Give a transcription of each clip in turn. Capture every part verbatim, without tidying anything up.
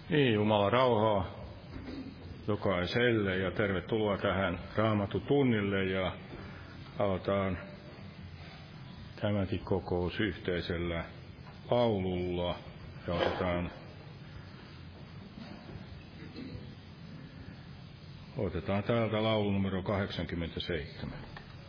Niin, Jumala rauhaa jokaiselle ja tervetuloa tähän Raamatun tunnille ja aloitetaan tämäkin kokous yhteisellä laululla ja otetaan, otetaan täältä laulu numero kahdeksankymmentäseitsemän.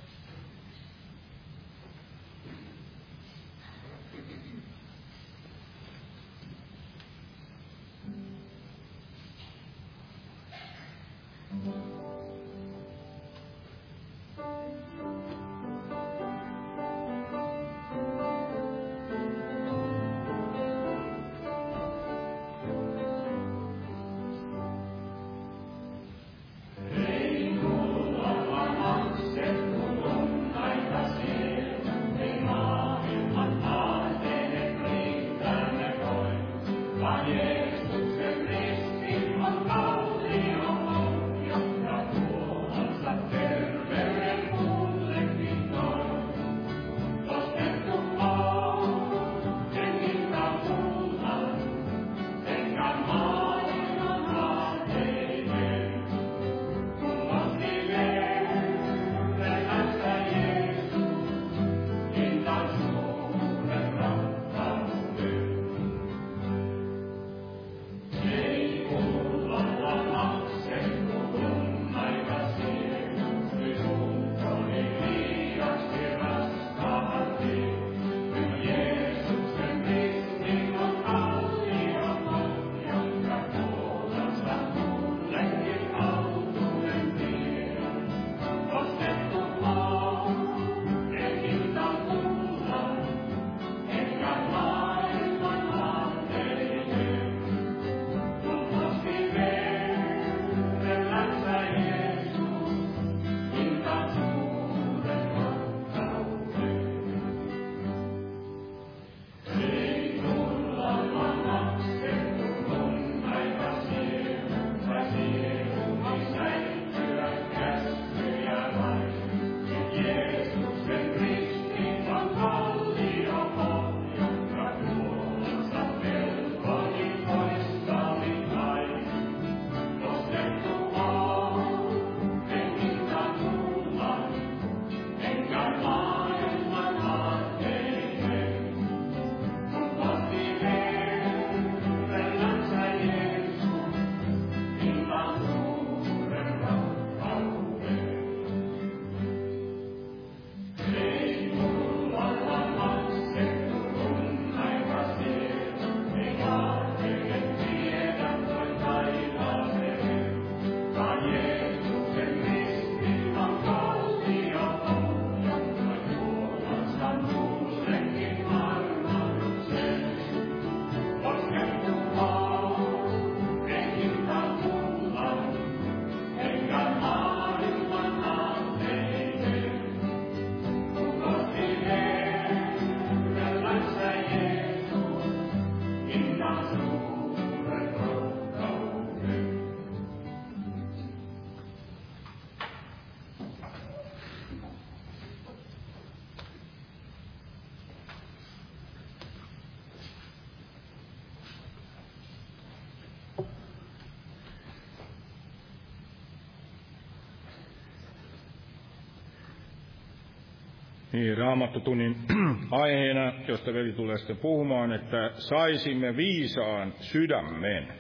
Niin, Raamattotunnin aiheena, josta veli tulee sitten puhumaan, että saisimme viisaan sydämen.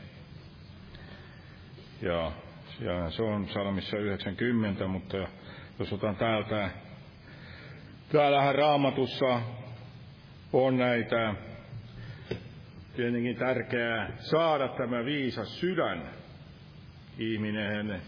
Ja, ja se on psalmissa yhdeksänkymmentä, mutta jos otan täältä, täällähän Raamatussa on näitä, tietenkin tärkeää saada tämä viisas sydän. Ihminen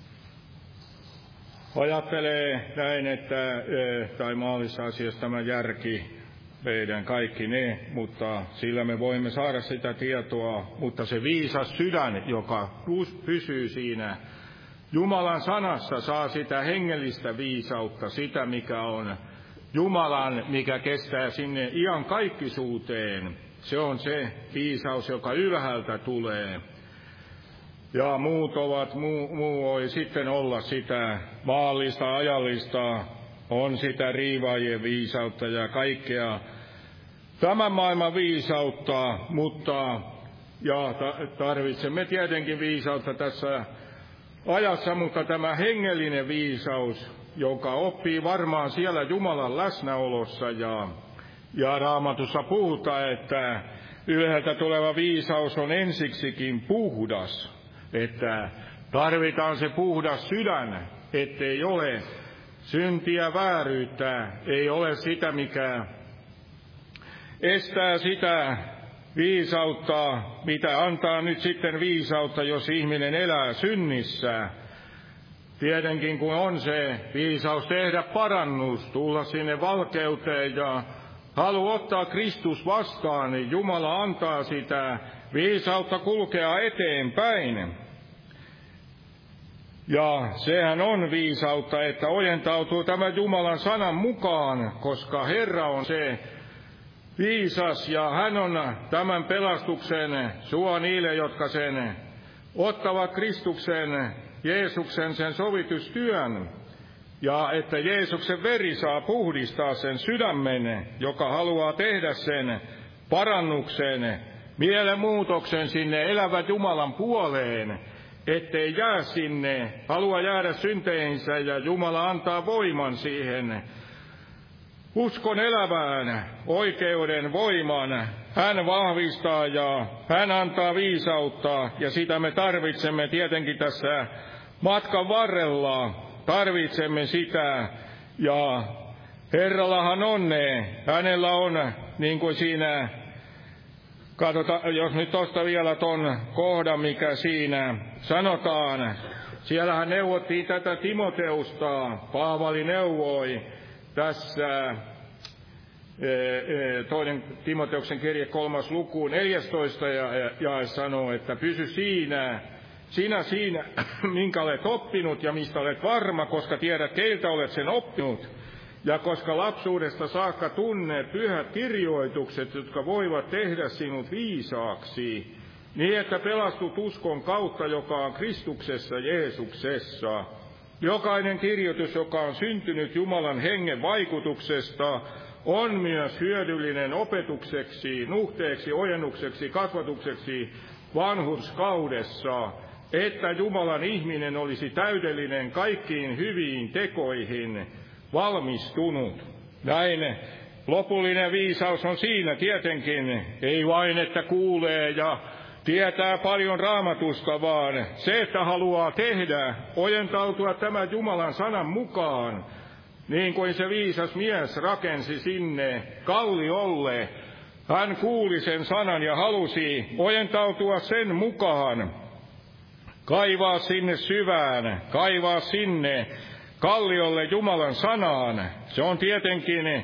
ajattelee näin, että, tai maallisessa asiassa tämä järki, meidän kaikki ne, mutta sillä me voimme saada sitä tietoa, mutta se viisas sydän, joka pysyy siinä Jumalan sanassa, saa sitä hengellistä viisautta, sitä mikä on Jumalan, mikä kestää sinne iankaikkisuuteen. Se on se viisaus, joka ylhäältä tulee. Ja muut ovat, muu, muu voi sitten olla sitä maallista, ajallista, on sitä riivaajien viisautta ja kaikkea tämän maailman viisautta, mutta Ja tarvitsemme tietenkin viisautta tässä ajassa, mutta tämä hengellinen viisaus, joka oppii varmaan siellä Jumalan läsnäolossa, ja, ja Raamatussa puhutaan, että ylhäältä tuleva viisaus on ensiksikin puhdas, että tarvitaan se puhdas sydän, ettei ole syntiä, vääryyttä, ei ole sitä, mikä estää sitä viisautta, mitä antaa nyt sitten viisautta, jos ihminen elää synnissä. Tietenkin kun on se viisaus tehdä parannus, tulla sinne valkeuteen ja halu ottaa Kristus vastaan, niin Jumala antaa sitä viisautta kulkea eteenpäin. Ja sehän on viisautta, että ojentautuu tämän Jumalan sanan mukaan, koska Herra on se viisas ja hän on tämän pelastuksen suo niille, jotka sen ottavat Kristuksen, Jeesuksen sen sovitustyön. Ja että Jeesuksen veri saa puhdistaa sen sydämen, joka haluaa tehdä sen parannuksen, mielenmuutoksen sinne elävän Jumalan puoleen, ettei jää sinne, halua jäädä synteihinsä, ja Jumala antaa voiman siihen uskon elävään, oikeuden voiman. Hän vahvistaa ja hän antaa viisautta, ja sitä me tarvitsemme tietenkin tässä matkan varrella. Tarvitsemme sitä, ja Herrallahan on ne. Hänellä on, niin kuin siinä, katsotaan, jos nyt tuosta vielä ton kohdan, mikä siinä sanotaan. Siellähän neuvottiin tätä Timoteusta, Paavali neuvoi tässä toinen Timoteuksen kirje kolmas lukuun neljästoista ja, ja, ja sanoo, että pysy siinä, sinä siinä, minkä olet oppinut ja mistä olet varma, koska tiedät, keiltä olet sen oppinut. Ja koska lapsuudesta saakka tunnet pyhät kirjoitukset, jotka voivat tehdä sinut viisaaksi, niin että pelastut uskon kautta, joka on Kristuksessa Jeesuksessa. Jokainen kirjoitus, joka on syntynyt Jumalan hengen vaikutuksesta, on myös hyödyllinen opetukseksi, nuhteeksi, ojennukseksi, kasvatukseksi vanhurskaudessa, että Jumalan ihminen olisi täydellinen kaikkiin hyviin tekoihin valmistunut. Näin lopullinen viisaus on siinä tietenkin, ei vain, että kuulee ja tietää paljon Raamatusta, vaan se, että haluaa tehdä, ojentautua tämän Jumalan sanan mukaan, niin kuin se viisas mies rakensi sinne kalliolle. Hän kuuli sen sanan ja halusi ojentautua sen mukaan, kaivaa sinne syvään, kaivaa sinne kalliolle Jumalan sanaan. Se on tietenkin,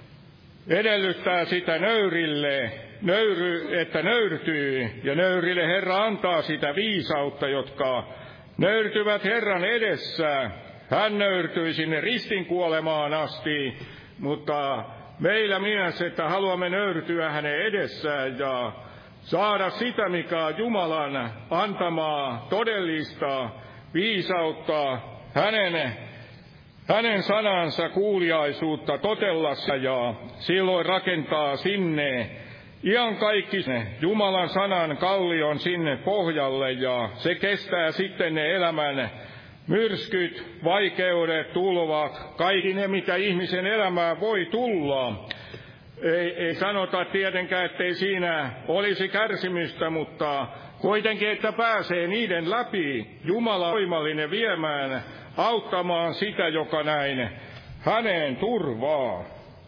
edellyttää sitä nöyrille, nöyry, että nöyrtyy, ja nöyrille Herra antaa sitä viisautta, jotka nöyrtyvät Herran edessä. Hän nöyrtyi sinne ristinkuolemaan asti, mutta meillä myös, että haluamme nöyrtyä hänen edessään ja saada sitä, mikä on Jumalan antamaa todellista viisautta, hänen, hänen sanansa kuuliaisuutta totellassa, ja silloin rakentaa sinne iankaikkisen Jumalan sanan kallion sinne pohjalle, ja se kestää sitten ne elämän myrskyt, vaikeudet, tulvat, kaikki ne, mitä ihmisen elämään voi tulla. Ei, ei sanota tietenkään, ettei siinä olisi kärsimystä, mutta kuitenkin, että pääsee niiden läpi, Jumala voimallinen viemään, auttamaan sitä, joka näin häneen turvaa.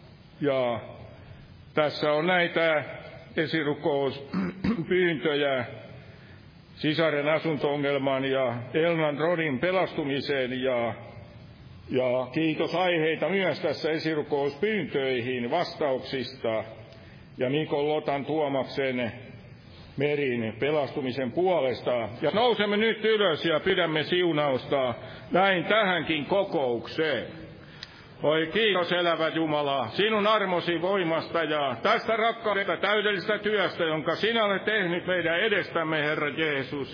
Ja tässä on näitä esirukouspyyntöjä sisaren asunto-ongelman ja Elnan Rodin pelastumiseen, ja, ja kiitos aiheita myös tässä esirukouspyyntöihin vastauksista, ja Mikon Lotan Tuomaksen Merin pelastumisen puolesta. Ja nousemme nyt ylös ja pidämme siunausta näin tähänkin kokoukseen. Oi kiitos elävä Jumala, sinun armosi voimasta ja tästä rakkaudesta täydellisestä työstä, jonka sinä olet tehnyt meidän edestämme, Herra Jeesus.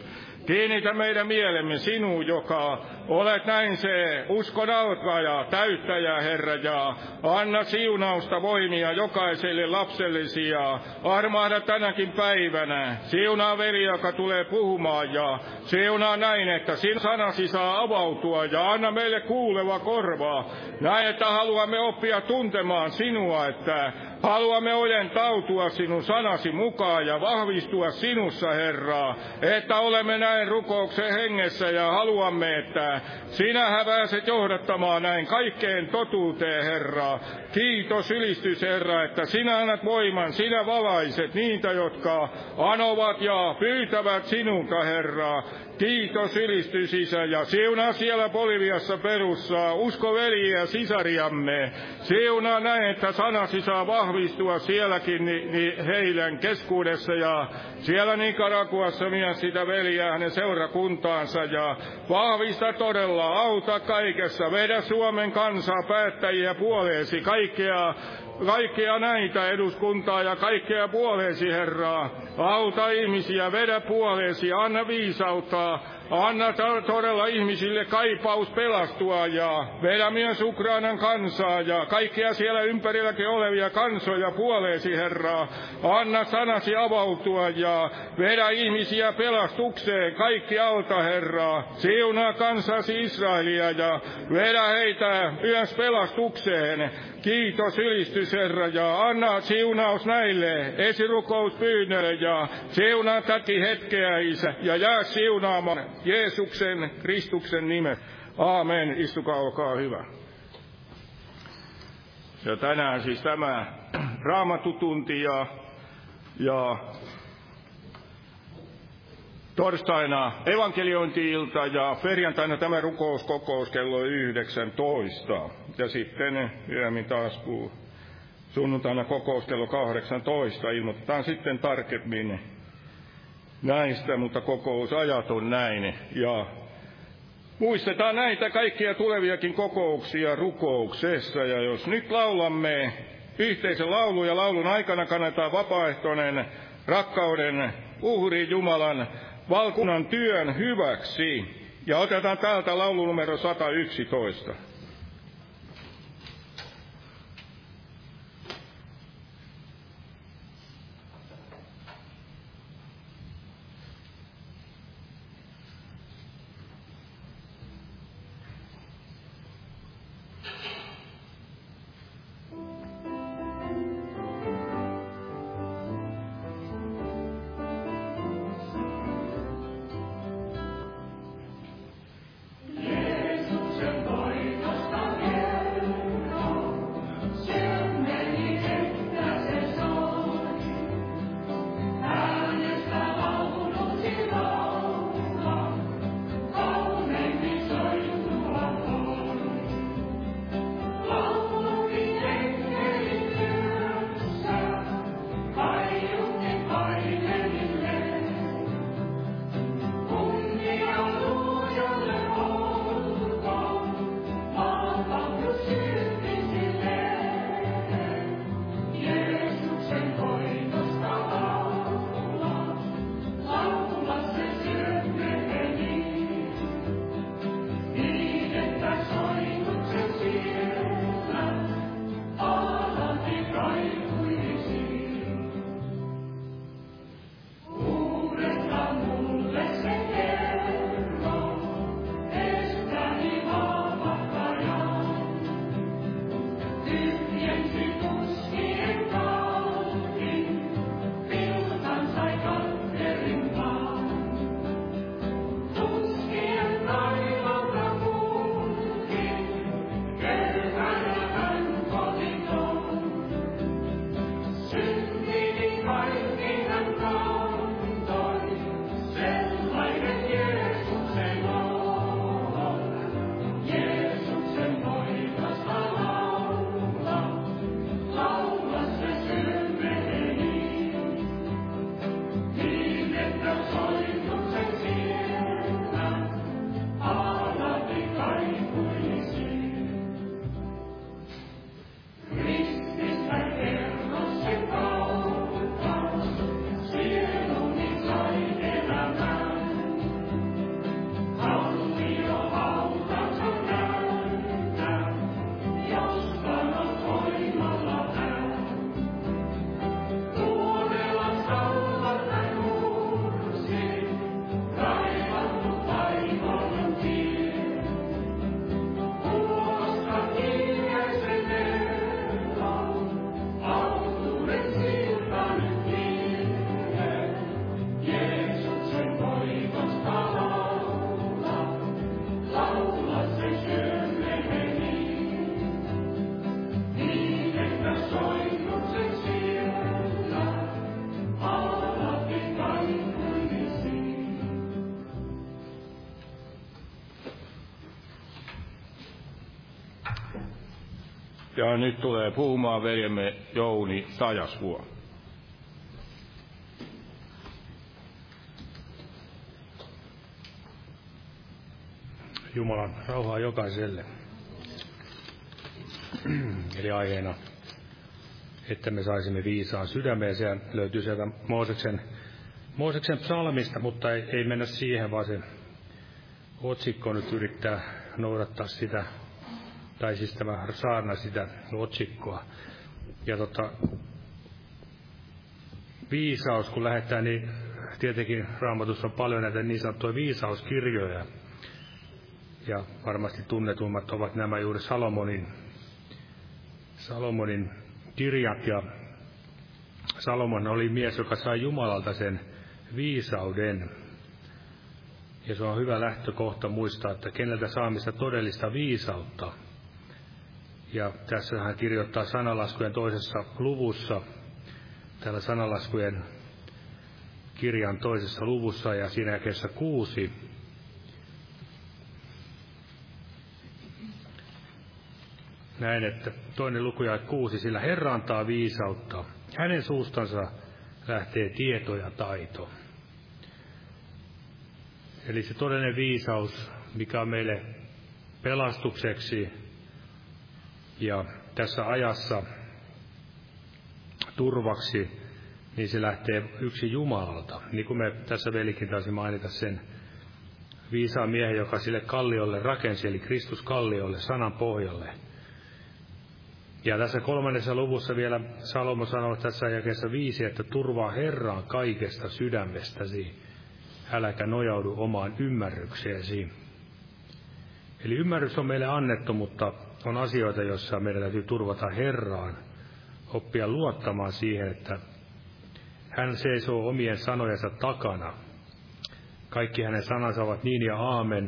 Kiinnitä meidän mielemme sinuun, joka olet näin se uskon alkaja, täyttäjä, Herra, ja anna siunausta voimia jokaiselle lapsellesi ja armahda tänäkin päivänä. Siunaa veli, joka tulee puhumaan, ja siunaa näin, että sinun sanasi saa avautua ja anna meille kuuleva korva. Näin, että haluamme oppia tuntemaan sinua, että haluamme ojentautua sinun sanasi mukaan ja vahvistua sinussa, Herra, että olemme näin rukouksen hengessä ja haluamme, että sinähän pääset johdattamaan näin kaikkeen totuuteen, Herra. Kiitos, ylistys, Herra, että sinä annat voiman, sinä valaiset niitä, jotka anovat ja pyytävät sinulta, Herra. Kiitos, ylistys, Isä, ja siunaa siellä Boliviassa perussa uskoveliä ja sisariamme. Siunaa näin, että sanasi saa vahvistua sielläkin ni, ni heidän keskuudessa, ja siellä Nicaraguassa myös sitä veliä hänen seurakuntaansa, ja vahvista todella, auta kaikessa, vedä Suomen kansaa päättäjiä puoleesi, kaikkea Kaikkea näitä eduskuntaa ja kaikkea puoleesi, Herra. Auta ihmisiä, vedä puoleesi, anna viisautta, anna todella ihmisille kaipaus pelastua ja vedä myös Ukrainan kansaa ja kaikkia siellä ympärilläkin olevia kansoja puoleesi, Herra. Anna sanasi avautua ja vedä ihmisiä pelastukseen kaikki alta, Herra. Siunaa kansasi Israelia ja vedä heitä myös pelastukseen. Kiitos, ylistys, Herra, ja anna siunaus näille esirukouspyynnöille ja siunaa täti hetkeä, Isä, ja jää siunaamaan Jeesuksen, Kristuksen nimet. Aamen. Istukaa, olkaa hyvä. Ja tänään siis tämä Raamattutunti ja, ja torstaina evankeliointi-ilta ja perjantaina tämä rukouskokous kello yhdeksäntoista. Ja sitten myöhemmin taas kun sunnuntaina kokous kello kahdeksantoista ilmoitetaan sitten tarkemmin näistä, mutta kokousajat on näin. Ja muistetaan näitä kaikkia tuleviakin kokouksia rukouksessa. Ja jos nyt laulamme yhteisen laulun ja laulun aikana kannetaan vapaaehtoinen rakkauden uhri Jumalan valkunnan työn hyväksi. Ja otetaan täältä laulu numero sata yksitoista. Jeesuksen poika Ja nyt tulee puhumaan veljemme Jouni Tajasvuo. Jumalan rauhaa jokaiselle. Eli aiheena, että me saisimme viisaan sydämeen. Se löytyy sieltä Mooseksen, Mooseksen psalmista, mutta ei, ei mennä siihen, vaan se otsikko nyt yrittää noudattaa sitä, tai siis tämä saarna sitä otsikkoa. Ja tota, viisaus, kun lähdetään, niin tietenkin Raamatussa on paljon näitä niin sanottuja viisauskirjoja. Ja varmasti tunnetummat ovat nämä juuri Salomonin, Salomonin kirjat. Ja Salomon oli mies, joka sai Jumalalta sen viisauden. Ja se on hyvä lähtökohta muistaa, että keneltä saamista todellista viisautta. Ja tässä hän kirjoittaa sanalaskujen toisessa luvussa, täällä sanalaskujen kirjan toisessa luvussa ja siinä jakeessa kuusi. Näin, että toinen luku ja kuusi, sillä Herra antaa viisautta. Hänen suustansa lähtee tieto ja taito. Eli se todellinen viisaus, mikä on meille pelastukseksi ja tässä ajassa turvaksi, niin se lähtee yksi Jumalalta. Niin kuin me tässä velikin taisi mainita sen viisaan miehen, joka sille kalliolle rakensi, eli Kristus kalliolle, sanan pohjalle. Ja tässä kolmannessa luvussa vielä Salomo sanoo tässä jakeessa viisi, että turvaa Herraan kaikesta sydämestäsi, äläkä nojaudu omaan ymmärrykseesi. Eli ymmärrys on meille annettu, mutta on asioita, joissa meidän täytyy turvata Herraan, oppia luottamaan siihen, että hän seisoo omien sanojensa takana. Kaikki hänen sanansa ovat niin ja aamen.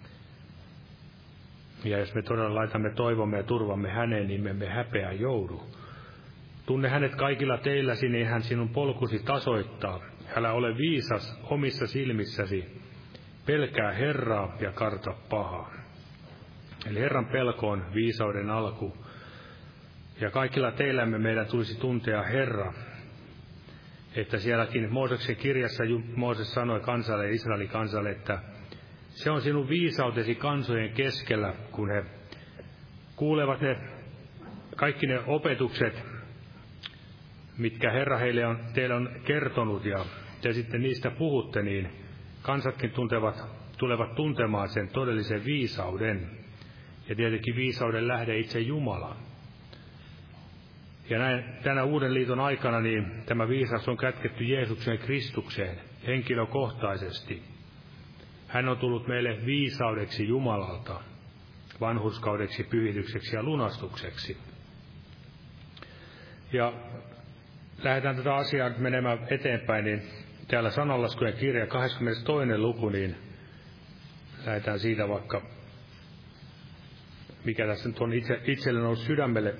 Ja jos me todella laitamme toivomme ja turvamme häneen, niin me emme häpeä joudu. Tunne hänet kaikilla teilläsi, niin hän sinun polkusi tasoittaa. Älä ole viisas omissa silmissäsi. Pelkää Herraa ja karta pahaa. Eli Herran pelko on viisauden alku. Ja kaikilla teillämme meidän tulisi tuntea Herra. Että sielläkin Mooseksen kirjassa Mooses sanoi kansalle, Israelin kansalle, että se on sinun viisautesi kansojen keskellä, kun he kuulevat ne kaikki ne opetukset, mitkä Herra heille on, teille on kertonut, ja te sitten niistä puhutte, niin kansatkin tuntevat, tulevat tuntemaan sen todellisen viisauden. Ja tietenkin viisauden lähde itse Jumala. Ja näin, tänä uuden liiton aikana niin tämä viisaus on kätketty Jeesuksen Kristukseen henkilökohtaisesti. Hän on tullut meille viisaudeksi Jumalalta, vanhurskaudeksi, pyhitykseksi ja lunastukseksi. Ja lähdetään tätä asiaa menemään eteenpäin, niin täällä sananlaskujen kirja kahdeskymmenestoinen luku, niin lähdetään siitä vaikka, mikä tässä nyt on itse, itselle noussut sydämelle.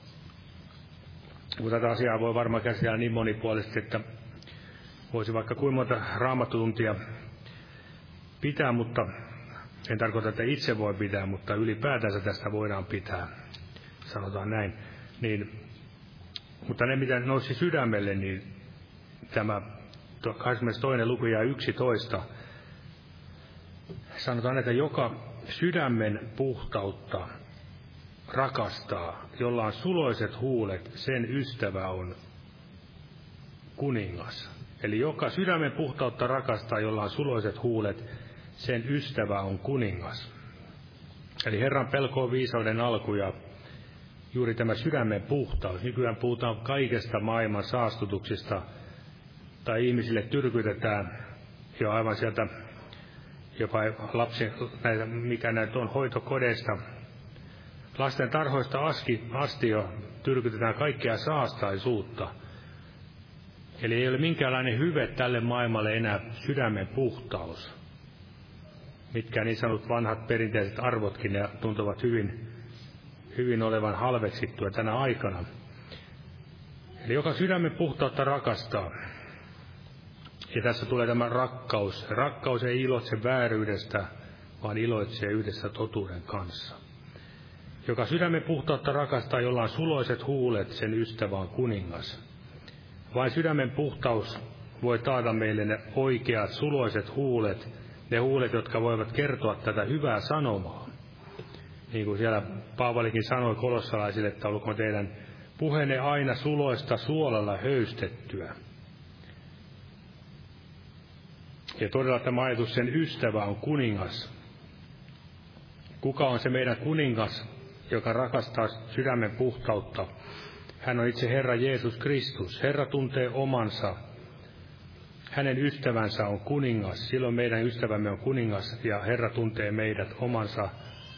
Kun tätä asiaa voi varmaan käsitellä niin monipuolisesti, että voisi vaikka kuinka monta raamattutuntia pitää, mutta en tarkoita, että itse voi pitää, mutta ylipäätänsä tästä voidaan pitää, sanotaan näin. Niin, mutta ne, mitä nousi sydämelle, niin tämä kahdeskymmenestoinen luku ja yksitoista, sanotaan, että joka sydämen puhtautta rakastaa, jolla on suloiset huulet, sen ystävä on kuningas. Eli joka sydämen puhtautta rakastaa, jolla on suloiset huulet, sen ystävä on kuningas. Eli Herran pelko on viisauden alku ja juuri tämä sydämen puhtaus. Nykyään puhutaan kaikesta maailman saastutuksista, tai ihmisille tyrkytetään jo aivan sieltä jopa lapsi, näitä, mikä näitä on hoitokodeista. Lasten tarhoista asti, asti jo tyrkytetään kaikkea saastaisuutta. Eli ei ole minkäänlainen hyve tälle maailmalle enää sydämen puhtaus. Mitkä niin sanotut vanhat perinteiset arvotkin ne tuntuvat hyvin, hyvin olevan halveksittua tänä aikana. Eli joka sydämen puhtautta rakastaa. Ja tässä tulee tämä rakkaus. Rakkaus ei iloitse vääryydestä, vaan iloitsee yhdessä totuuden kanssa. Joka sydämen puhtautta rakastaa, jolla on suloiset huulet, sen ystävä on kuningas. Vain sydämen puhtaus voi taata meille ne oikeat suloiset huulet, ne huulet, jotka voivat kertoa tätä hyvää sanomaa. Niin kuin siellä Paavalikin sanoi kolossalaisille, että olkoon teidän puheenne aina suloista suolalla höystettyä. Ja todella tämä ajatus, sen ystävä on kuningas. Kuka on se meidän kuningas, joka rakastaa sydämen puhtautta? Hän on itse Herra Jeesus Kristus. Herra tuntee omansa. Hänen ystävänsä on kuningas. Silloin meidän ystävämme on kuningas ja Herra tuntee meidät omansa.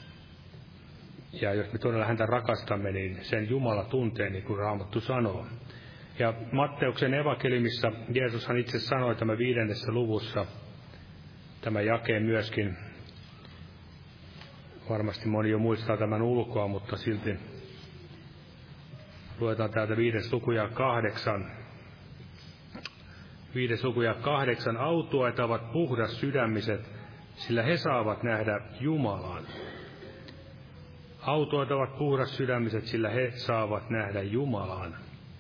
Ja jos me todella häntä rakastamme, niin sen Jumala tuntee, niin kuin Raamattu sanoo. Ja Matteuksen evankeliumissa Jeesushan itse sanoi tämä viidennessä luvussa, tämä jakeen myöskin. Varmasti moni jo muistaa tämän ulkoa, mutta silti luetaan täältä viides luku ja kahdeksan. Viides luku ja kahdeksan. Autuaita ovat puhdas sydämiset, sillä he saavat nähdä Jumalan. Autuaita ovat puhdas sydämiset, sillä he saavat nähdä Jumalan.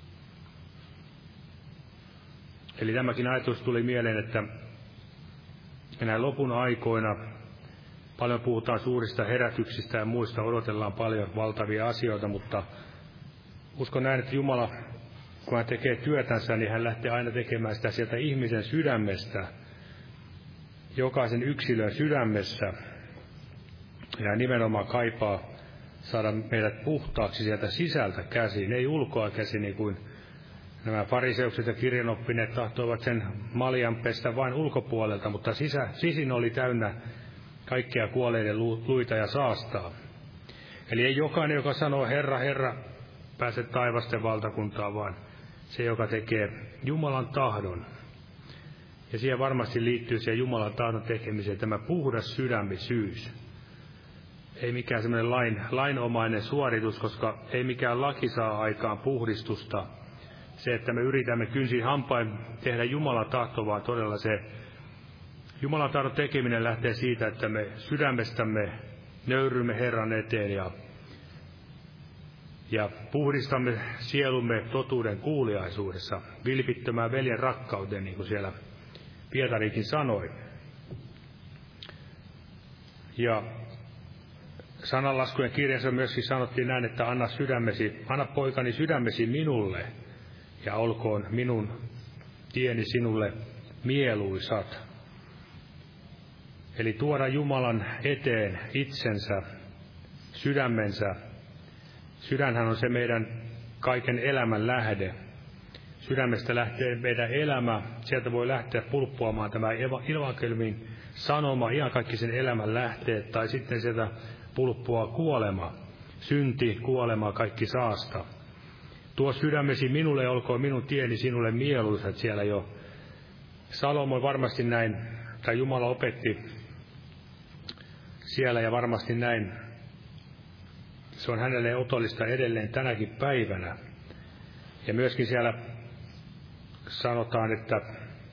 Eli tämäkin ajatus tuli mieleen, että näin lopun aikoina paljon puhutaan suurista herätyksistä ja muista, odotellaan paljon valtavia asioita, mutta uskon näin, että Jumala, kun hän tekee työtänsä, niin hän lähtee aina tekemään sitä sieltä ihmisen sydämestä, jokaisen yksilön sydämessä, ja nimenomaan kaipaa saada meidät puhtaaksi sieltä sisältä käsin, ei ulkoa käsin, niin kuin nämä fariseukset ja kirjanoppineet tahtoivat sen maljan pestä vain ulkopuolelta, mutta sisä, sisin oli täynnä kaikkea kuolleiden luita ja saastaa. Eli ei jokainen, joka sanoo Herra, Herra, pääse taivasten valtakuntaan, vaan se, joka tekee Jumalan tahdon. Ja siihen varmasti liittyy siihen Jumalan tahdon tekemiseen tämä puhdas sydämisyys. Ei mikään semmoinen lain, lainomainen suoritus, koska ei mikään laki saa aikaan puhdistusta. Se, että me yritämme kynsin hampain tehdä Jumalan tahtoa, vaan todella se Jumalan tahdon tekeminen lähtee siitä, että me sydämestämme nöyrymme Herran eteen ja, ja puhdistamme sielumme totuuden kuuliaisuudessa, vilpittömään veljen rakkauteen, niin kuin siellä Pietarikin sanoi. Ja sananlaskujen kirjassa myöskin sanottiin näin, että anna sydämesi, anna poikani sydämesi minulle, ja olkoon minun tieni sinulle mieluisat. Eli tuoda Jumalan eteen itsensä, sydämensä. Sydänhän on se meidän kaiken elämän lähde. Sydämestä lähtee meidän elämä, sieltä voi lähteä pulppuamaan tämä evankeliumin sanoma, ihan kaikki sen elämän lähteet, tai sitten sieltä pulppua kuolema, synti, kuolema, kaikki saasta. Tuo sydämesi minulle, olkoon minun tieni sinulle mieluisat, siellä jo Salomo varmasti näin, tai Jumala opetti siellä ja varmasti näin. Se on hänelle otollista edelleen tänäkin päivänä. Ja myöskin siellä sanotaan, että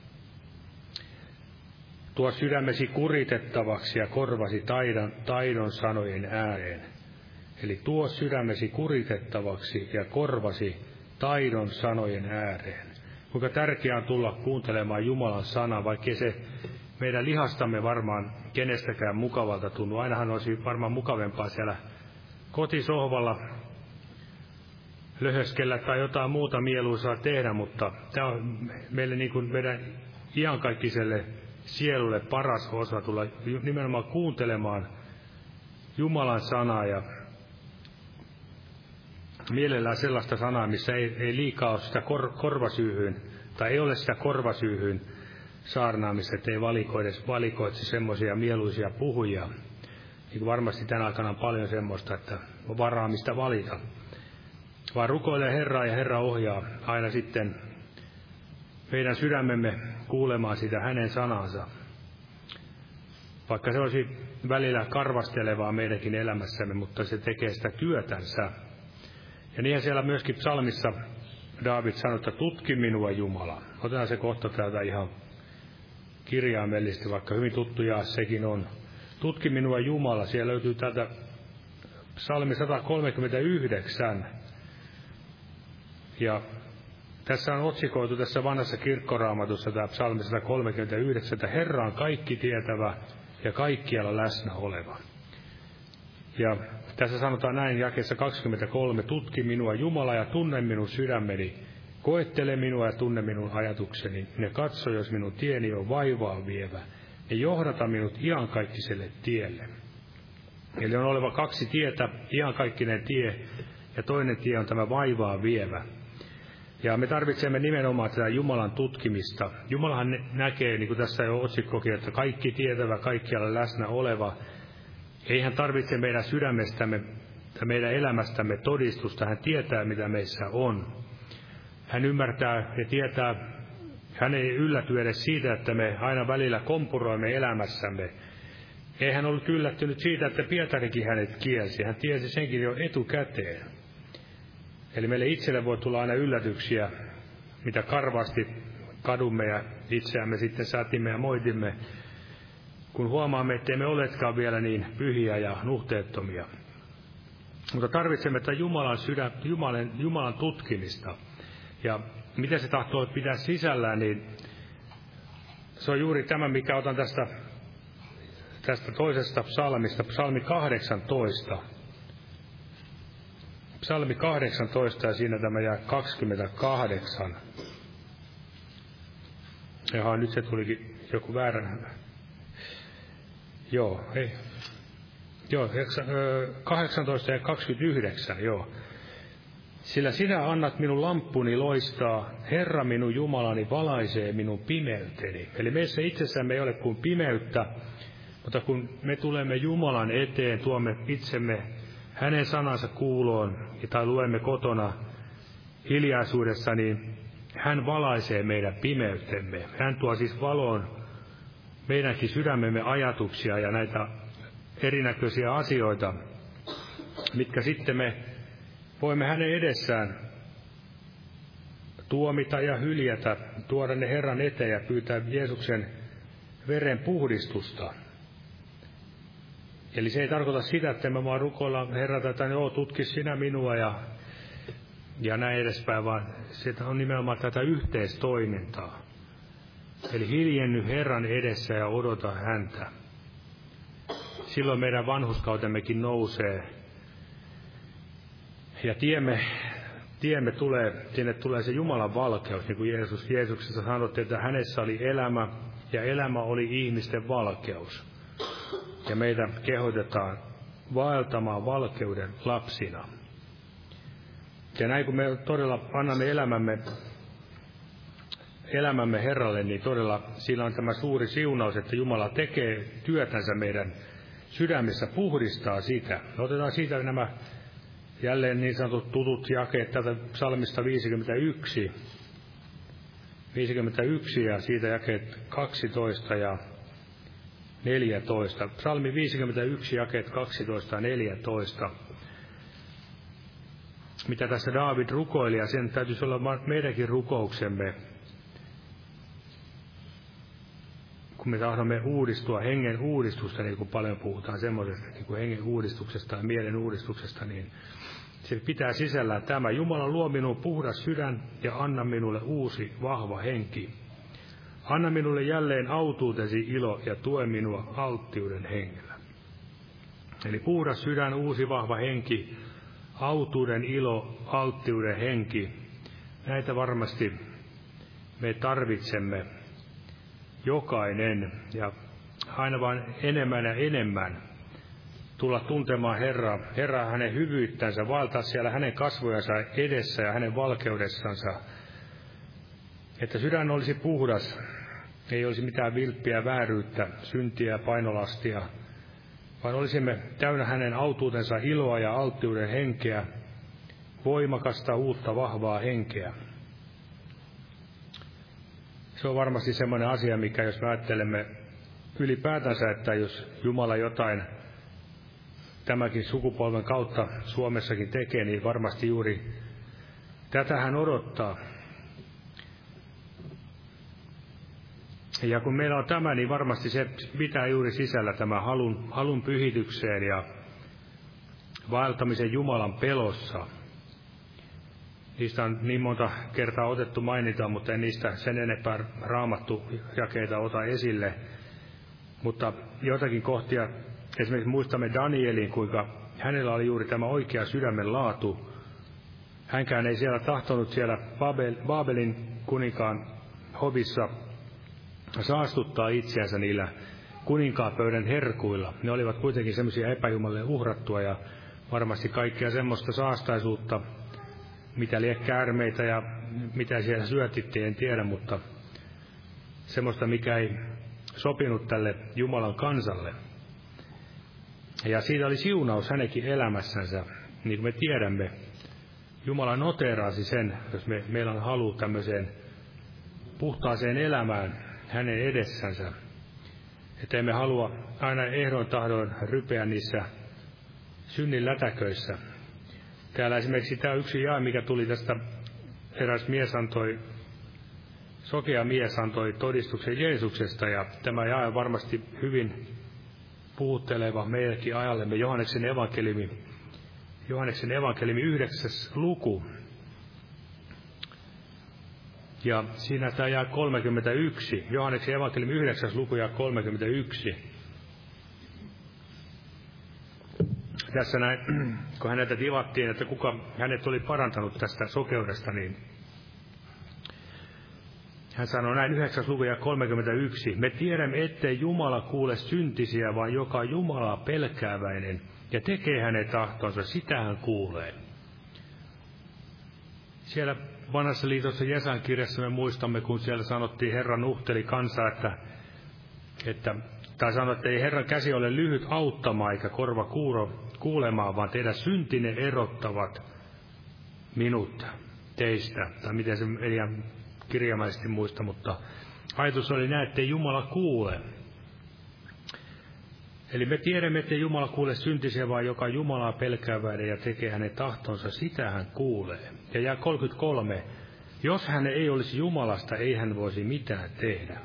tuo sydämesi kuritettavaksi ja korvasi taidon, taidon sanojen ääreen. Eli tuo sydämesi kuritettavaksi ja korvasi taidon sanojen ääreen. Kuinka tärkeää on tulla kuuntelemaan Jumalan sanaa, vaikkei se meidän lihastamme varmaan kenestäkään mukavalta tunnu. Ainahan olisi varmaan mukavempaa siellä kotisohvalla löhöskellä tai jotain muuta mieluisaa tehdä, mutta tämä on meille niin kuin meidän iankaikkiselle sielulle paras osa tulla nimenomaan kuuntelemaan Jumalan sanaa ja mielellään sellaista sanaa, missä ei, ei liikaa ole sitä kor, korvasyyhyyn, tai ei ole sitä korvasyyhyyn saarnaamista, ettei valikoitse semmoisia mieluisia puhujia. Niin kuin varmasti tänä aikana on paljon semmoista, että on varaa mistä valita. Vaan rukoilee Herraa ja Herra ohjaa aina sitten meidän sydämemme kuulemaan sitä hänen sanansa. Vaikka se olisi välillä karvastelevaa meidänkin elämässämme, mutta se tekee sitä työtänsä. Ja niin siellä myöskin psalmissa Daavid sanoi, että tutki minua Jumala. Otetaan se kohta täältä ihan kirjaimellisesti, vaikka hyvin tuttu jaa sekin on. Tutki minua Jumala. Siellä löytyy täältä psalmi sata kolmekymmentäyhdeksän. Ja tässä on otsikoitu tässä vanhassa kirkkoraamatussa tämä psalmi sata kolmekymmentäyhdeksän, että Herra on kaikki tietävä ja kaikkialla läsnä oleva. Ja tässä sanotaan näin jakeessa kaksikymmentäkolme, tutki minua Jumala ja tunne minun sydämeni, koettele minua ja tunne minun ajatukseni, ne katso, jos minun tieni on vaivaa vievä, ja johdata minut iankaikkiselle tielle. Eli on oleva kaksi tietä, iankaikkinen tie, ja toinen tie on tämä vaivaa vievä. Ja me tarvitsemme nimenomaan tätä Jumalan tutkimista. Jumalahan näkee, niin kuin tässä jo otsikkokin, että kaikki tietävä, kaikkialla läsnä oleva. Ei hän tarvitse meidän sydämestämme tai meidän elämästämme todistusta. Hän tietää, mitä meissä on. Hän ymmärtää ja tietää, hän ei ylläty edes siitä, että me aina välillä kompuroimme elämässämme. Ei hän ollut yllättynyt siitä, että Pietarikin hänet kielsi. Hän tiesi senkin jo etukäteen. Eli meille itselle voi tulla aina yllätyksiä, mitä karvaasti kadumme ja itseämme sitten sätimme ja moitimme, kun huomaamme, ettei me oletkaan vielä niin pyhiä ja nuhteettomia. Mutta tarvitsemme tätä Jumalan, sydän, Jumalan, Jumalan tutkimista. Ja miten se tahtoo pitää sisällään, niin se on juuri tämä, mikä otan tästä, tästä toisesta psalmista, psalmi kahdeksantoista. Psalmi kahdeksantoista ja siinä tämä jää kaksikymmentäkahdeksan. Jaha, nyt se tulikin joku väärä. Joo, ei. Joo, kahdeksantoista ja kaksikymmentäyhdeksän, joo. Sillä sinä annat minun lamppuni loistaa, Herra minun Jumalani valaisee minun pimeyteni. Eli meissä itsessämme ei ole kuin pimeyttä, mutta kun me tulemme Jumalan eteen, tuomme itsemme hänen sanansa kuuloon, tai luemme kotona hiljaisuudessa, niin hän valaisee meidän pimeytemme. Hän tuo siis valoon meidänkin sydämemme ajatuksia ja näitä erinäköisiä asioita, mitkä sitten me voimme hänen edessään tuomita ja hyljätä, tuoda ne Herran eteen ja pyytää Jeesuksen veren puhdistusta. Eli se ei tarkoita sitä, että me vaan rukoillaan Herralta, että joo, tutki sinä minua ja, ja näin edespäin, vaan se on nimenomaan tätä yhteistoimintaa. Eli hiljenny Herran edessä ja odota häntä. Silloin meidän vanhurskautemmekin nousee. Ja tiemme, tiemme tulee, sinne tulee se Jumalan valkeus, niin kuin Jeesus, Jeesuksessa sanottiin, että hänessä oli elämä ja elämä oli ihmisten valkeus. Ja meitä kehotetaan vaeltamaan valkeuden lapsina. Ja näin kun me todella annamme elämämme, elämämme Herralle, niin todella sillä on tämä suuri siunaus, että Jumala tekee työtänsä meidän sydämissä, puhdistaa sitä. Me otetaan siitä nämä jälleen niin sanotut tutut jakeet tätä psalmista viisikymmentäyksi. viisikymmentäyksi ja siitä jakeet kaksitoista ja neljätoista. Psalmi viisikymmentäyksi, jakeet kaksitoista ja neljätoista. Mitä tässä Daavid rukoili, ja sen täytyisi olla meidänkin rukouksemme, kun me tahdomme uudistua, hengen uudistusta, niin kuin paljon puhutaan semmoisesta, niin kuin hengen uudistuksesta ja mielen uudistuksesta, niin se pitää sisällään tämä. Jumala luo minun puhdas sydän ja anna minulle uusi, vahva henki. Anna minulle jälleen autuutesi ilo ja tue minua alttiuden hengellä. Eli puhdas sydän, uusi vahva henki, autuuden ilo, alttiuden henki. Näitä varmasti me tarvitsemme jokainen ja aina vain enemmän ja enemmän tulla tuntemaan Herraa, Herraa hänen hyvyyttänsä, vaeltaa siellä hänen kasvojensa edessä ja hänen valkeudessansa. Että sydän olisi puhdas, ei olisi mitään vilppiä, vääryyttä, syntiä ja painolastia, vaan olisimme täynnä hänen autuutensa iloa ja alttiuden henkeä, voimakasta, uutta, vahvaa henkeä. Se on varmasti semmoinen asia, mikä jos me ajattelemme ylipäätänsä, että jos Jumala jotain tämäkin sukupolven kautta Suomessakin tekee, niin varmasti juuri tätä hän odottaa. Ja kun meillä on tämä, niin varmasti se pitää juuri sisällä tämä halun, halun pyhitykseen ja vaeltamisen Jumalan pelossa. Niistä on niin monta kertaa otettu mainita, mutta en niistä sen enempää raamattu jakeita ota esille. Mutta joitakin kohtia, esimerkiksi muistamme Danielin, kuinka hänellä oli juuri tämä oikea sydämen laatu. Hänkään ei siellä tahtonut siellä Babel, Babelin kuninkaan hovissa saastuttaa itseänsä niillä kuninkaanpöydän herkuilla. Ne olivat kuitenkin semmoisia epäjumalle uhrattua ja varmasti kaikkea semmoista saastaisuutta, mitä lie käärmeitä ja mitä siellä syötittiin, en tiedä, mutta semmoista, mikä ei sopinut tälle Jumalan kansalle. Ja siitä oli siunaus hänenkin elämässänsä, niin kuin me tiedämme. Jumala noteerasi sen, jos me, meillä on halu tämmöiseen puhtaaseen elämään hänen edessänsä. Että emme halua aina ehdoin tahdoin rypeä niissä synnin lätäköissä. Täällä esimerkiksi tämä yksi jae, mikä tuli tästä, eräs mies antoi, sokea mies antoi todistuksen Jeesuksesta, ja tämä jae on varmasti hyvin puhutteleva meillekin ajallemme. Johanneksen evankeliumi, Johanneksen evankeliumi yhdeksäs luku. Ja siinä tämä jää kolmekymmentäyksi. Johanneksen evankeliumi yhdeksäs luku ja kolmekymmentäyksi. Tässä näin, kun häneltä tivattiin, että kuka hänet oli parantanut tästä sokeudesta, niin hän sanoi näin yhdeksäs luku ja kolmekymmentäyksi. Me tiedämme, ettei Jumala kuule syntisiä, vaan joka Jumalaa pelkääväinen ja tekee hänen tahtonsa, sitä hän kuulee. Siellä Vanhassa liitossa Jesajan kirjassa me muistamme, kun siellä sanottiin, Herra nuhteli kansaa, että, että tai sanoi, että ei Herran käsi ole lyhyt auttamaan eikä korva kuuro kuulemaan, vaan teidän syntine erottavat minut teistä. Tai miten se ei ihan kirjaimellisesti muista, mutta ajatus oli näin, että ei Jumala kuule. Eli me tiedämme, että Jumala kuule syntisiä, vaan joka Jumalaa pelkääväinen ja tekee hänen tahtonsa, sitä hän kuulee. Ja jää kolmekymmentäkolme. Jos hän ei olisi Jumalasta, ei hän voisi mitään tehdä.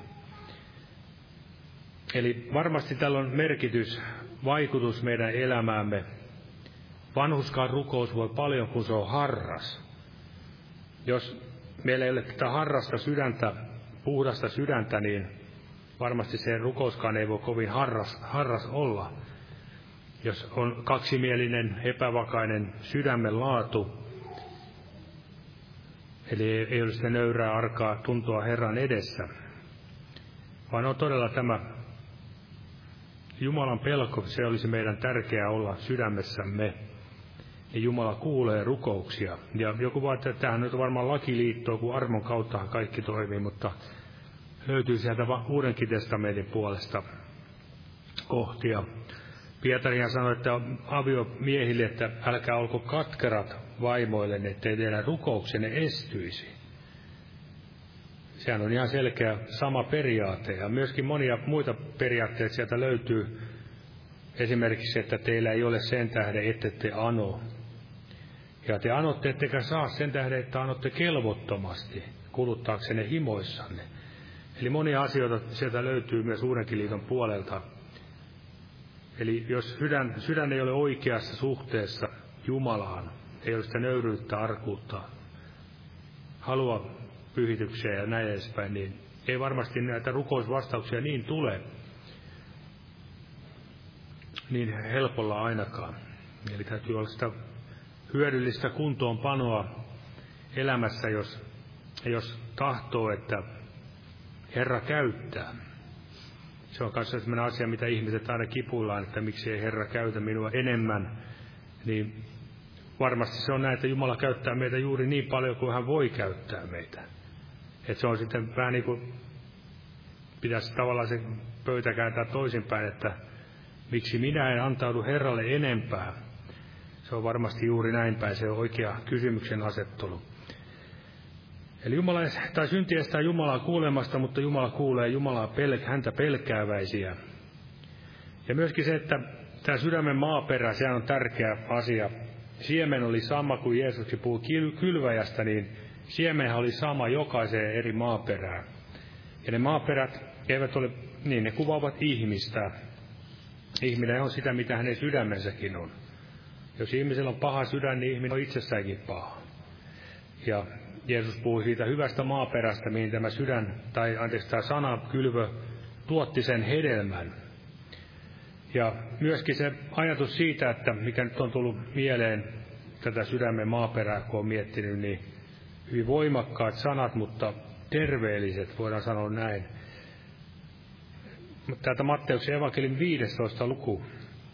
Eli varmasti tällä on merkitys, vaikutus meidän elämäämme. Vanhuskaan rukous voi paljon, kun se on harras. Jos meillä ei ole tätä harrasta sydäntä, puhdasta sydäntä, niin varmasti se rukouskaan ei voi kovin harras, harras olla. Jos on kaksimielinen, epävakainen sydämen laatu, eli ei ole sitä nöyrää arkaa tuntua Herran edessä, vaan on todella tämä Jumalan pelko, se olisi meidän tärkeää olla sydämessämme. Ja Jumala kuulee rukouksia. Ja joku voi, että tämähän nyt on varmaan lakiliittoa, kun armon kauttahan kaikki toimii, mutta löytyy sieltä Uudenkin testamentin puolesta kohtia. Pietarihan sanoi, että aviomiehille, että älkää olko katkerat vaimoille, ettei teidän rukouksenne estyisi. Sehän on ihan selkeä sama periaate, ja myöskin monia muita periaatteita sieltä löytyy. Esimerkiksi, että teillä ei ole sen tähden, ette te ano. Ja te anotte, ettekä saa sen tähden, että anotte kelvottomasti, kuluttaaksenne himoissanne. Eli monia asioita sieltä löytyy myös Uudenkin liiton puolelta. Eli jos sydän, sydän ei ole oikeassa suhteessa Jumalaan, ei ole sitä nöyryyttä, arkuutta, halua pyhityksiä ja näin edespäin, niin ei varmasti näitä rukousvastauksia niin tule niin helpolla ainakaan. Eli täytyy olla sitä hyödyllistä kuntoonpanoa elämässä, jos, jos tahtoo, että Herra käyttää. Se on myös sellainen asia, mitä ihmiset aina kipuillaan, että miksi ei Herra käytä minua enemmän. Niin varmasti se on näin, että Jumala käyttää meitä juuri niin paljon kuin hän voi käyttää meitä. Että se on sitten vähän niin kuin pitäisi tavallaan se pöytä kääntää toisinpäin, että miksi minä en antaudu Herralle enempää. Se on varmasti juuri näin päin, se on oikea kysymyksen asettelu. Eli Jumala, tai synti estää Jumalaa kuulemasta, mutta Jumala kuulee Jumalaa pel- häntä pelkääväisiä. Ja myöskin se, että tämä sydämen maaperä, se on tärkeä asia. Siemen oli sama, kuin Jeesuskin puhui kylväjästä, niin siemenhän oli sama jokaiseen eri maaperään. Ja ne maaperät eivät ole, niin ne kuvaavat ihmistä. Ihminen on sitä, mitä hänen sydämensäkin on. Jos ihmisellä on paha sydän, niin ihminen on itsessäänkin paha. Ja Jeesus puhui siitä hyvästä maaperästä, mihin tämä sydän, tai anteeksi, tämä sana, kylvö, tuotti sen hedelmän. Ja myöskin se ajatus siitä, että mikä nyt on tullut mieleen tätä sydämen maaperää, kun on miettinyt, niin hyvin voimakkaat sanat, mutta terveelliset, voidaan sanoa näin. Täältä Matteuksen evankeliumin viidestoista luku.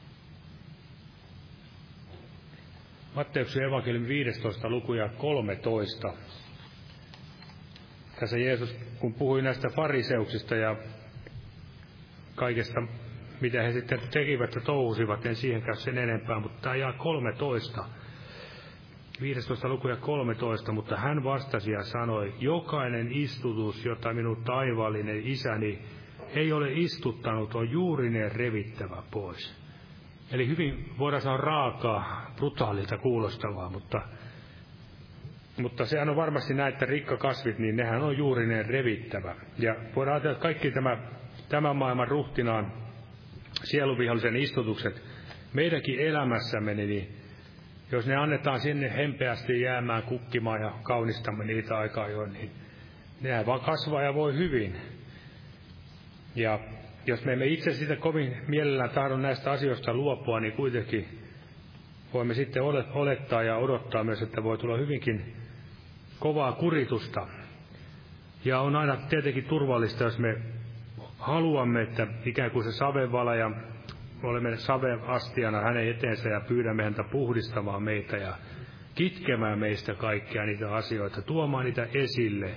Matteuksen evankeliumin viidestoista luku ja kolmetoista. Tässä Jeesus, kun puhui näistä fariseuksista ja kaikesta, mitä he sitten tekivät ja touhusivat, en siihen käy sen enempää, mutta tämä jää kolmetoista. viidestoista luku ja kolmetoista, mutta hän vastasi ja sanoi, jokainen istutus, jota minun taivaallinen isäni ei ole istuttanut, on juurineen revittävä pois. Eli hyvin voidaan sanoa raakaa, brutaalilta kuulostavaa, mutta, mutta sehän on varmasti näin, että rikkakasvit, niin nehän on juurineen revittävä. Ja voidaan ajatella, että kaikki tämä, tämän maailman ruhtinaan sieluvihollisen istutukset meidänkin elämässämme, niin jos ne annetaan sinne hempeästi jäämään kukkimaan ja kaunistamaan niitä aikaa jo, niin nehän vaan kasvaa ja voi hyvin. Ja jos me emme itse sitä kovin mielellään tahdo näistä asioista luopua, niin kuitenkin voimme sitten olettaa ja odottaa myös, että voi tulla hyvinkin kovaa kuritusta. Ja on aina tietenkin turvallista, jos me haluamme, että ikään kuin se savevala ja olemme saveastiana hänen eteensä ja pyydämme häntä puhdistamaan meitä ja kitkemään meistä kaikkia niitä asioita, tuomaan niitä esille.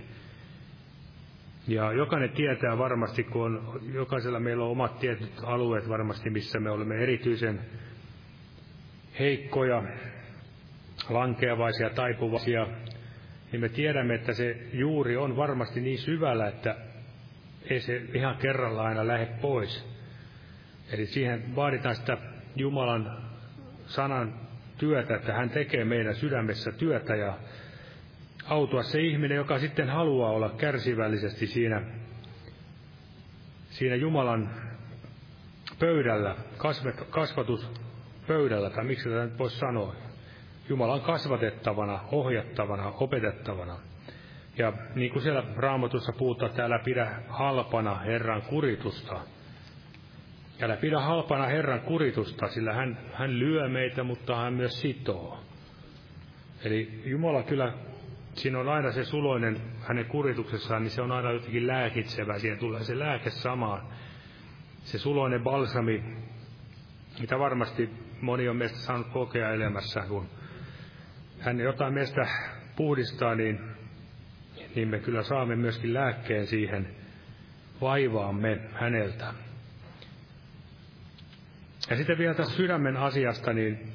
Ja jokainen tietää varmasti, kun on, jokaisella meillä on omat tietyt alueet varmasti, missä me olemme erityisen heikkoja, lankeavaisia, taipuvaisia, niin me tiedämme, että se juuri on varmasti niin syvällä, että ei se ihan kerralla aina lähde pois. Eli siihen vaaditaan sitä Jumalan sanan työtä, että hän tekee meidän sydämessä työtä ja autua se ihminen, joka sitten haluaa olla kärsivällisesti siinä, siinä Jumalan pöydällä, kasvatuspöydällä, tai miksi tätä nyt voisi sanoa, Jumalan kasvatettavana, ohjattavana, opetettavana. Ja niin kuin siellä Raamatussa puhutaan, että älä pidä halpana Herran kuritusta. Älä pidä halpana Herran kuritusta, sillä hän, hän lyö meitä, mutta hän myös sitoo. Eli Jumala kyllä, siinä on aina se suloinen hänen kurituksessaan, niin se on aina jotenkin lääkitsevä. Siihen tulee se lääke samaan. Se suloinen balsami, mitä varmasti moni on meistä saanut kokea elämässä, kun hän jotain meistä puhdistaa, niin, niin me kyllä saamme myöskin lääkkeen siihen vaivaamme häneltä. Ja sitten vielä tästä sydämen asiasta, niin,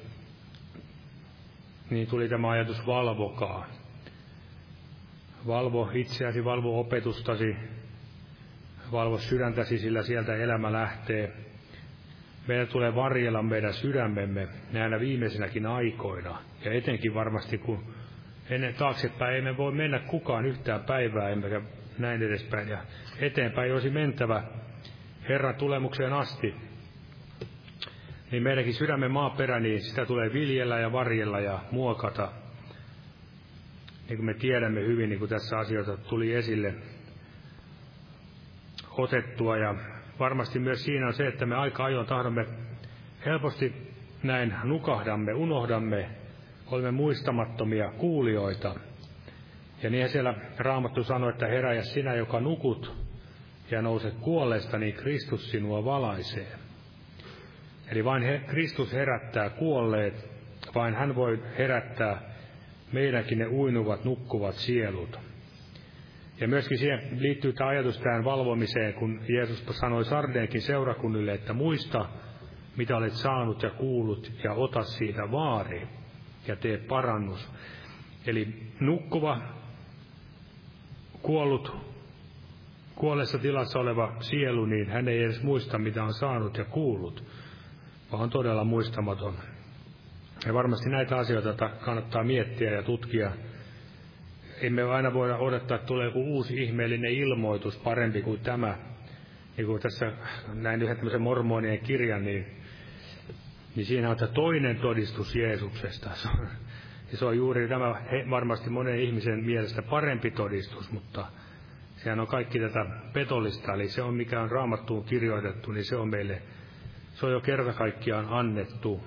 niin tuli tämä ajatus valvokaa. Valvo itseäsi, valvo opetustasi, valvo sydäntäsi, sillä sieltä elämä lähtee. Meidän tulee varjella meidän sydämemme näinä viimeisinäkin aikoina. Ja etenkin varmasti, kun ennen taaksepäin ei me voi mennä kukaan yhtään päivää, emmekä näin edespäin. Ja eteenpäin olisi mentävä Herran tulemukseen asti. Niin meidänkin sydämen maaperä, niin sitä tulee viljellä ja varjella ja muokata. Niin kuin me tiedämme hyvin, niin kuin tässä asioita tuli esille otettua. Ja varmasti myös siinä on se, että me aika ajoin tahdomme helposti näin nukahdamme, unohdamme, olemme muistamattomia kuulijoita. Ja niin siellä Raamattu sanoi, että heräjä sinä, joka nukut ja nouset kuolleesta, niin Kristus sinua valaisee. Eli vain he, Kristus herättää kuolleet, vain hän voi herättää meidänkin ne uinuvat, nukkuvat sielut. Ja myöskin siihen liittyy tämä ajatus tähän valvomiseen, kun Jeesus sanoi Sardeenkin seurakunnille, että muista, mitä olet saanut ja kuullut, ja ota siitä vaari, ja tee parannus. Eli nukkuva, kuollut, kuolleessa tilassa oleva sielu, niin hän ei edes muista, mitä on saanut ja kuullut, vaan on todella muistamaton. Ja varmasti näitä asioita kannattaa miettiä ja tutkia. Emme aina voida odottaa, että tulee joku uusi ihmeellinen ilmoitus parempi kuin tämä. Niin kuin tässä näin yhden tämmöisen mormonien kirjan, niin, niin siinä on tämä toinen todistus Jeesuksesta. Ja se on juuri tämä varmasti monen ihmisen mielestä parempi todistus, mutta sehän on kaikki tätä petollista, eli se on mikä on Raamattuun kirjoitettu, niin se on meille, se on jo kerta kaikkiaan annettu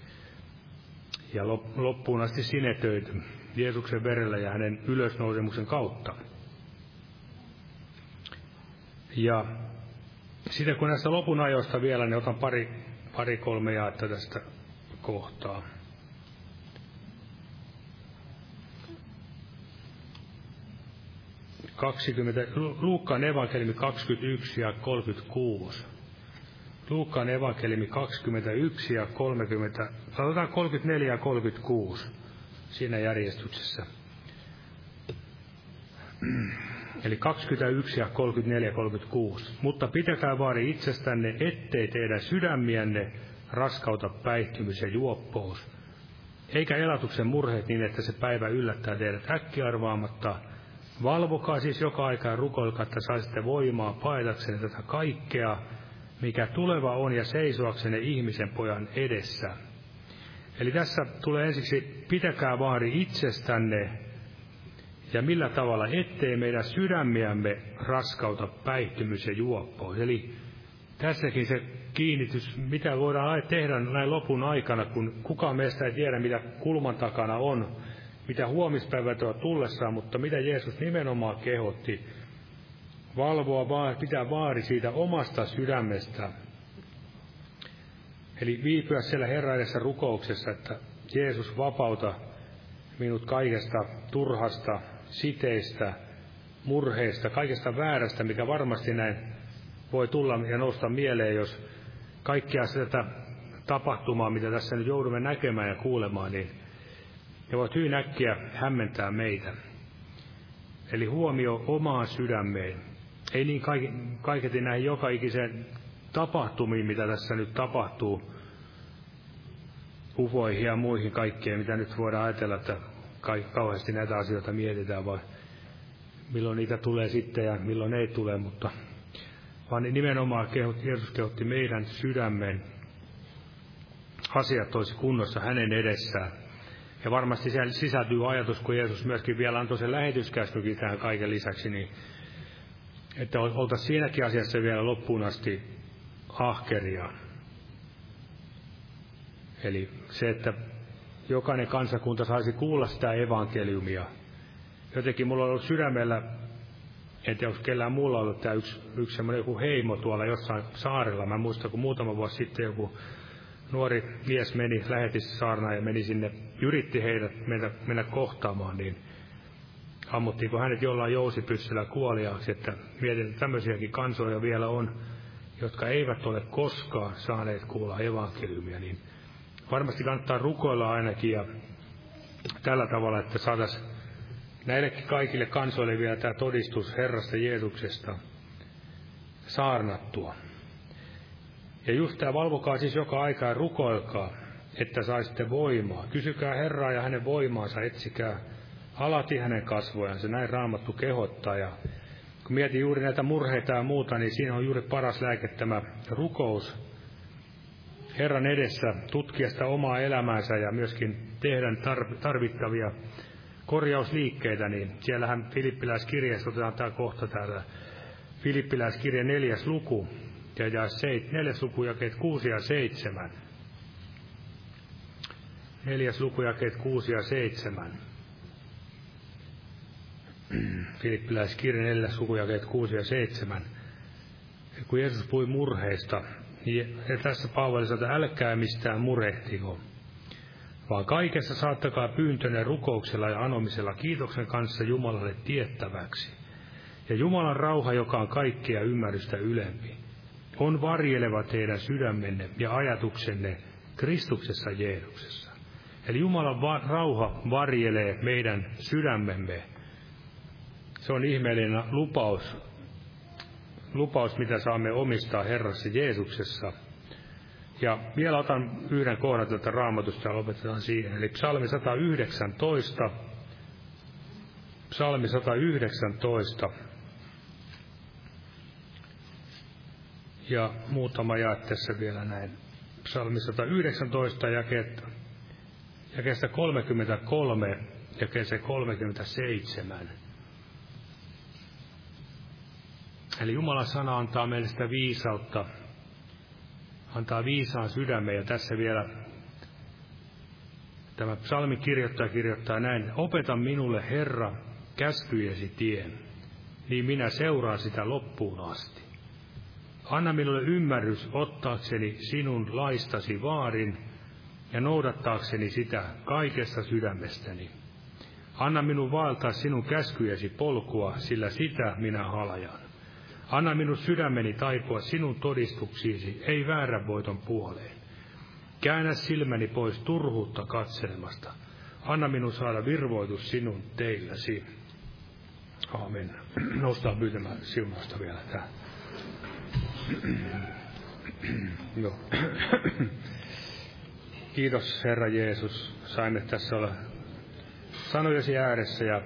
ja loppuun asti sinetöity Jeesuksen verellä ja hänen ylösnousemuksen kautta. Ja sitten kun näistä lopun ajoista vielä, niin otan pari, pari kolme jaetta tästä kohtaa. kaksikymmentä, Luukkaan evankeliumi kaksikymmentäyksi ja kolmekymmentäkuusi. Luukkaan evankeliumi kaksikymmentäyksi ja kolmekymmentä, otetaan kolmekymmentäneljä ja kolmekymmentäkuusi siinä järjestyksessä. Eli kaksikymmentäyksi ja kolmekymmentäneljä ja kolmekymmentäkuusi. Mutta pitäkää vaari itsestänne, ettei teidän sydämiänne raskauta päihtymys ja juoppous, eikä elatuksen murheet niin, että se päivä yllättää teidät äkkiarvaamatta. Valvokaa siis joka aika ja rukoilkaa, että saisitte voimaa paetaksenne tätä kaikkea, mikä tuleva on, ja seisoaksenne ihmisen pojan edessä. Eli tässä tulee ensiksi, pitäkää vaari itsestänne, ja millä tavalla, ettei meidän sydämiämme raskauta päihtymys ja juoppous. Eli tässäkin se kiinnitys, mitä voidaan tehdä näin lopun aikana, kun kukaan meistä ei tiedä, mitä kulman takana on, mitä huomispäivät ovat tullessaan, mutta mitä Jeesus nimenomaan kehotti, valvoa, vaan pitää vaari siitä omasta sydämestä. Eli viipyä siellä Herran edessä rukouksessa, että Jeesus vapauta minut kaikesta turhasta, siteistä, murheista, kaikesta väärästä, mikä varmasti näin voi tulla ja nousta mieleen, jos kaikkea sitä tapahtumaa, mitä tässä nyt joudumme näkemään ja kuulemaan, niin ne voivat hyvin äkkiä hämmentää meitä. Eli huomio omaan sydämeen. Ei niin kaiketi näihin joka ikiseen tapahtumiin, mitä tässä nyt tapahtuu, ufoihin ja muihin kaikkeen, mitä nyt voidaan ajatella, että kauheasti näitä asioita mietitään, vaan milloin niitä tulee sitten ja milloin ei tule, mutta vaan nimenomaan Jeesus kehotti meidän sydämen asiat olisi kunnossa hänen edessään. Ja varmasti siellä sisältyy ajatus, kun Jeesus myöskin vielä antoi sen lähetyskäskykin tähän kaiken lisäksi, niin että oltaisiin siinäkin asiassa vielä loppuun asti ahkeria. Eli se, että jokainen kansakunta saisi kuulla sitä evankeliumia. Jotenkin mulla on ollut sydämellä, en tiedä, onko kellään muulla ollut tämä yksi, yksi semmoinen joku heimo tuolla jossain saarella. Mä muistan, kun muutama vuosi sitten joku nuori mies meni lähetyssaarnaan ja meni sinne, yritti heidät mennä, mennä kohtaamaan, niin ammuttiinko hänet jollain jousipyssyllä kuoliaaksi, että mietin, että tämmöisiäkin kansoja vielä on, jotka eivät ole koskaan saaneet kuulla evankeliumia, niin varmasti kannattaa rukoilla ainakin ja tällä tavalla, että saataisiin näillekin kaikille kansoille vielä tämä todistus Herrasta Jeesuksesta saarnattua. Ja just tämä, valvokaa siis joka aika ja rukoilkaa, että saisitte voimaa. Kysykää Herraa ja hänen voimaansa, etsikää alati hänen kasvojaan. Se näin Raamattu kehottaa. Ja kun mietin juuri näitä murheita ja muuta, niin siinä on juuri paras lääke tämä rukous Herran edessä, tutkia sitä omaa elämäänsä ja myöskin tehdä tarvittavia korjausliikkeitä. Niin siellähän Filippiläiskirjeessä, otetaan tämä kohta täällä, Filippiläiskirje neljäs luku. Ja jaa seit, neljäs luku jakeet kuusi ja seitsemän. Neljäs luku jakeet kuusi ja seitsemän. Filippiläiskirja neljäs luku jakeet kuusi ja seitsemän. Kun Jeesus puhui murheista, niin tässä Paavali sanoo, että älkää mistään murehtiko, vaan kaikessa saattakaa pyyntönne rukouksella ja anomisella kiitoksen kanssa Jumalalle tiettäväksi. Ja Jumalan rauha, joka on kaikkea ymmärrystä ylempi, on varjeleva teidän sydämenne ja ajatuksenne Kristuksessa Jeesuksessa. Eli Jumalan va- rauha varjelee meidän sydämemme. Se on ihmeellinen lupaus, lupaus, mitä saamme omistaa Herrassa Jeesuksessa. Ja vielä otan yhden kohdan tätä Raamatusta ja lopetetaan siihen. Eli psalmi sata yhdeksäntoista. Psalmi sata yhdeksäntoista. Ja muutama jae tässä vielä näin. psalmi sata yhdeksäntoista, jakeet, jakeesta kolmekymmentäkolme, jakeeseen kolmekymmentäseitsemän. Eli Jumalan sana antaa meille sitä viisautta, antaa viisaan sydämen, ja tässä vielä tämä psalmin kirjoittaja kirjoittaa näin: opeta minulle, Herra, käskyjesi tien, niin minä seuraan sitä loppuun asti. Anna minulle ymmärrys ottaakseni sinun laistasi vaarin ja noudattaakseni sitä kaikesta sydämestäni. Anna minun vaeltaa sinun käskyjesi polkua, sillä sitä minä haljan. Anna minun sydämeni taipua sinun todistuksiisi, ei väärän voiton puoleen. Käännä silmäni pois turhuutta katselemasta. Anna minun saada virvoitus sinun teilläsi. Aamen. Noustaan pyytämään siunausta vielä tähän. Joo. Kiitos, Herra Jeesus. Saimme tässä olla sanojesi ääressä ja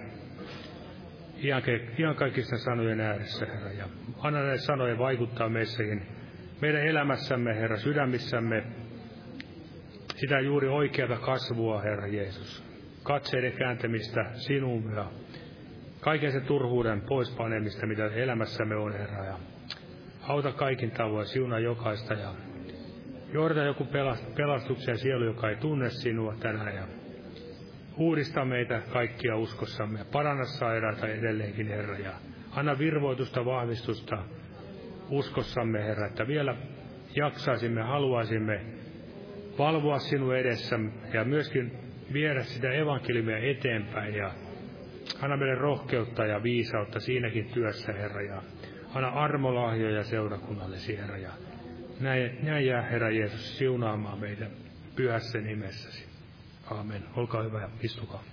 ihan kaikisten sanojen ääressä, Herra. Ja anna näiden sanojen vaikuttaa meissäkin, meidän elämässämme, Herra, sydämissämme, sitä juuri oikeata kasvua, Herra Jeesus. Katseiden kääntämistä sinuun ja kaiken sen turhuuden poispanemista, mitä elämässämme on, Herra. Ja auta kaikin tavoin, siunaa jokaista ja johdata joku pelastuksen sielu, joka ei tunne sinua tänään. Ja uudista meitä kaikkia uskossamme ja paranna sairaita edelleenkin, Herra. Ja anna virvoitusta, vahvistusta uskossamme, Herra, että vielä jaksaisimme, haluaisimme valvoa sinun edessä ja myöskin viedä sitä evankeliumia eteenpäin. Ja anna meille rohkeutta ja viisautta siinäkin työssä, Herra. Ja anna armolahjoja seurakunnallesi, Herra. Ja näin, näin jää, Herra Jeesus, siunaamaan meidän pyhässä nimessäsi. Aamen. Olkaa hyvä ja istukaa.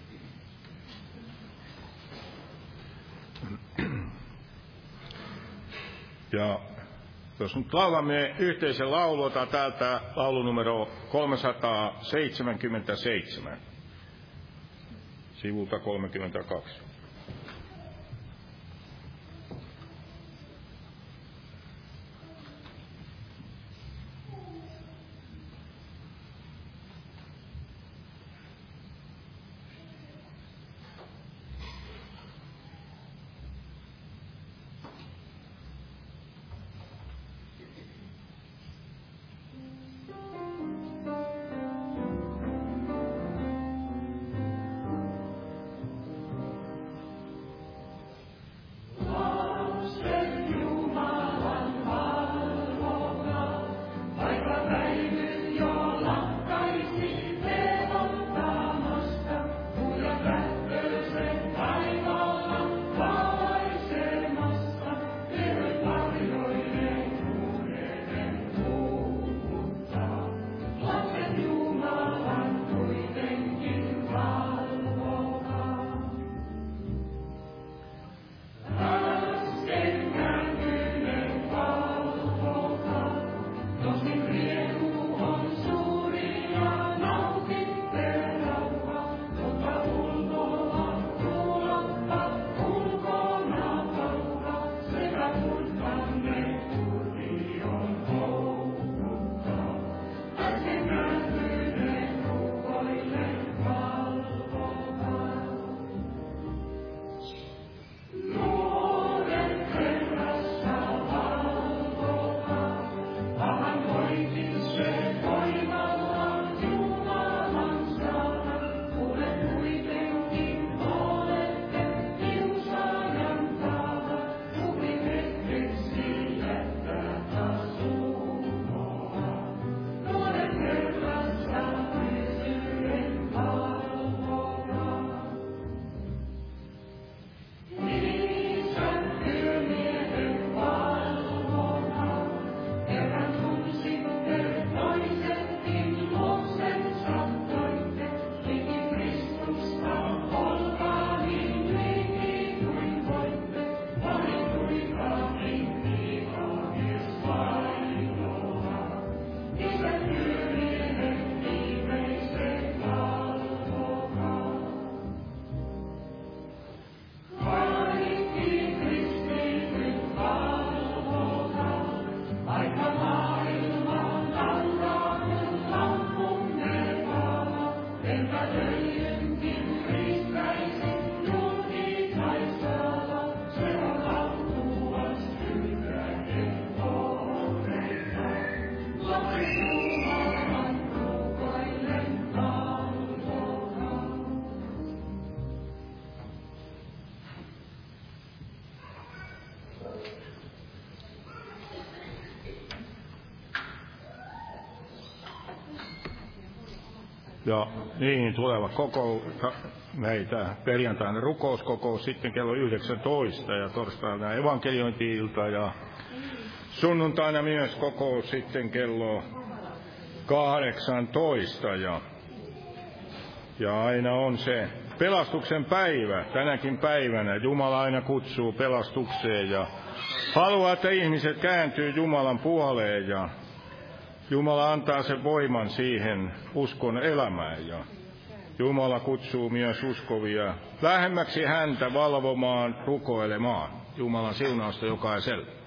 Ja jos nyt laulamme yhteisen laulua, täältä laulu numero kolmesataaseitsemänkymmentäseitsemän, sivulta kolmekymmentäkaksi. Ja niihin tuleva kokous, meitä perjantaina rukouskokous sitten kello yhdeksäntoista ja torstaina evankeliointi-ilta ja sunnuntaina myös kokous sitten kello kahdeksantoista ja, ja aina on se pelastuksen päivä, tänäkin päivänä Jumala aina kutsuu pelastukseen ja haluaa, että ihmiset kääntyy Jumalan puoleen ja Jumala antaa sen voiman siihen uskon elämään ja Jumala kutsuu myös uskovia lähemmäksi häntä valvomaan, rukoilemaan. Jumalan siunausta jokaiselle.